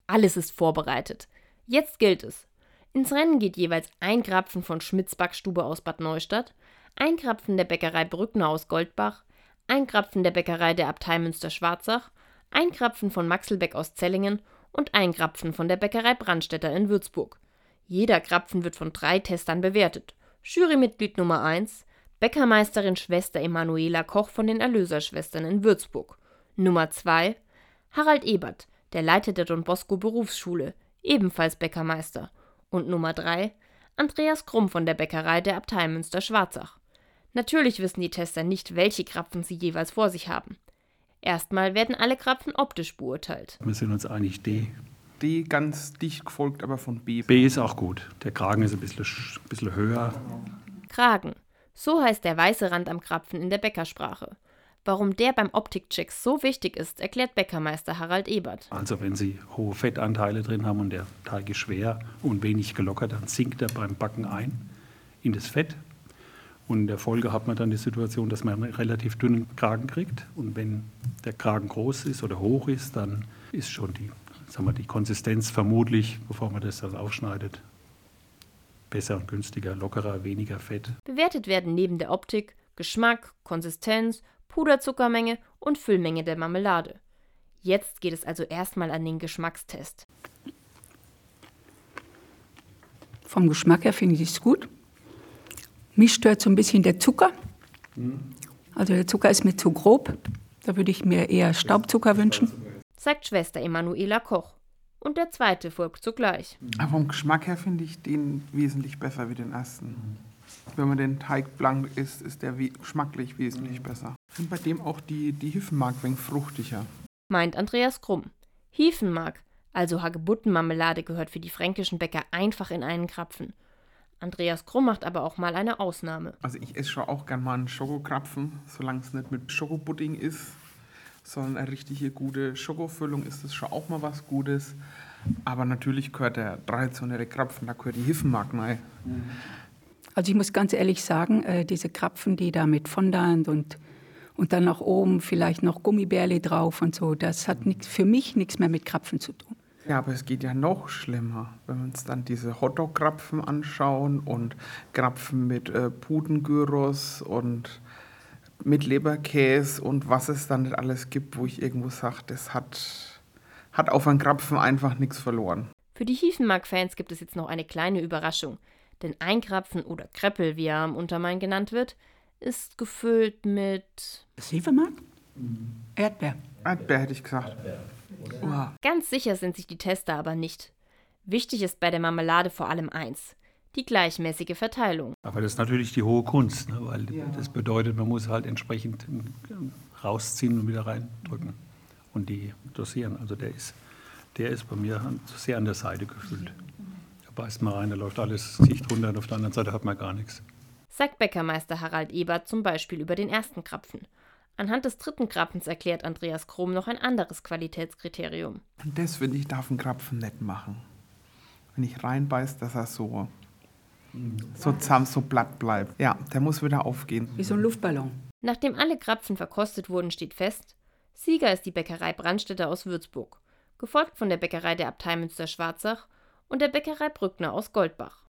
Alles ist vorbereitet. Jetzt gilt es. Ins Rennen geht jeweils ein Krapfen von Schmidts Backstube aus Bad Neustadt, ein Krapfen der Bäckerei Brückner aus Goldbach, ein Krapfen der Bäckerei der Abtei Münster-Schwarzach, ein Krapfen von Maxelbeck aus Zellingen und ein Krapfen von der Bäckerei Brandstätter in Würzburg. Jeder Krapfen wird von 3 Testern bewertet. Jurymitglied Nummer 1, Bäckermeisterin Schwester Emanuela Koch von den Erlöserschwestern in Würzburg. Nummer 2, Harald Ebert, der Leiter der Don Bosco Berufsschule, ebenfalls Bäckermeister. Und Nummer 3, Andreas Krumm von der Bäckerei der Abtei Münster-Schwarzach. Natürlich wissen die Tester nicht, welche Krapfen sie jeweils vor sich haben. Erstmal werden alle Krapfen optisch beurteilt. Wir sind uns einig, D. D ganz dicht gefolgt, aber von B. B ist auch gut. Der Kragen ist ein bisschen höher. Kragen. So heißt der weiße Rand am Krapfen in der Bäckersprache. Warum der beim Optikcheck so wichtig ist, erklärt Bäckermeister Harald Ebert. Also wenn Sie hohe Fettanteile drin haben und der Teig ist schwer und wenig gelockert, dann sinkt er beim Backen ein in das Fett. Und in der Folge hat man dann die Situation, dass man einen relativ dünnen Kragen kriegt. Und wenn der Kragen groß ist oder hoch ist, dann ist schon die Konsistenz vermutlich, bevor man das dann aufschneidet, besser und günstiger, lockerer, weniger Fett. Bewertet werden neben der Optik Geschmack, Konsistenz, Puderzuckermenge und Füllmenge der Marmelade. Jetzt geht es also erstmal an den Geschmackstest. Vom Geschmack her finde ich es gut. Mich stört so ein bisschen der Zucker. Also der Zucker ist mir zu grob. Da würde ich mir eher Staubzucker wünschen. Sagt Schwester Emanuela Koch. Und der zweite folgt sogleich. Aber vom Geschmack her finde ich den wesentlich besser wie den ersten. Wenn man den Teig blank isst, ist der geschmacklich wesentlich besser. Ich finde bei dem auch die Hiefenmark ein wenig fruchtiger. Meint Andreas Krumm. Hiefenmark, also Hagebuttenmarmelade, gehört für die fränkischen Bäcker einfach in einen Krapfen. Andreas Krumm macht aber auch mal eine Ausnahme. Also ich esse schon auch gern mal einen Schokokrapfen, solange es nicht mit Schokopudding ist, sondern eine richtige gute Schokofüllung ist es schon auch mal was Gutes. Aber natürlich gehört der traditionelle Krapfen, da gehört die Hiefenmark rein. Also ich muss ganz ehrlich sagen, diese Krapfen, die da mit Fondant und dann nach oben vielleicht noch Gummibärli drauf und so, das hat für mich nichts mehr mit Krapfen zu tun. Ja, aber es geht ja noch schlimmer, wenn wir uns dann diese Hotdog-Krapfen anschauen und Krapfen mit Pudengyros und mit Leberkäse und was es dann nicht alles gibt, wo ich irgendwo sage, das hat auf einen Krapfen einfach nichts verloren. Für die Hiefenmark-Fans gibt es jetzt noch eine kleine Überraschung. Denn ein Krapfen oder Kreppel, wie er am Untermain genannt wird, ist gefüllt mit... Hefemark? Erdbeer. Erdbeer hätte ich gesagt. Uah. Ganz sicher sind sich die Tester aber nicht. Wichtig ist bei der Marmelade vor allem eins: die gleichmäßige Verteilung. Aber das ist natürlich die hohe Kunst, ne? Weil das bedeutet, man muss halt entsprechend rausziehen und wieder reindrücken und die dosieren. Also der ist bei mir sehr an der Seite gefüllt. Da beißt man rein, da läuft alles dicht runter und auf der anderen Seite hat man gar nichts. Sagt Bäckermeister Harald Ebert zum Beispiel über den ersten Krapfen. Anhand des dritten Krapfens erklärt Andreas Krumm noch ein anderes Qualitätskriterium. Und das, finde ich, darf ein Krapfen nicht machen. Wenn ich reinbeiß, dass er so zahm, so platt bleibt. Ja, der muss wieder aufgehen. Wie so ein Luftballon. Nachdem alle Krapfen verkostet wurden, steht fest: Sieger ist die Bäckerei Brandstätter aus Würzburg, gefolgt von der Bäckerei der Abtei Münster-Schwarzach und der Bäckerei Brückner aus Goldbach.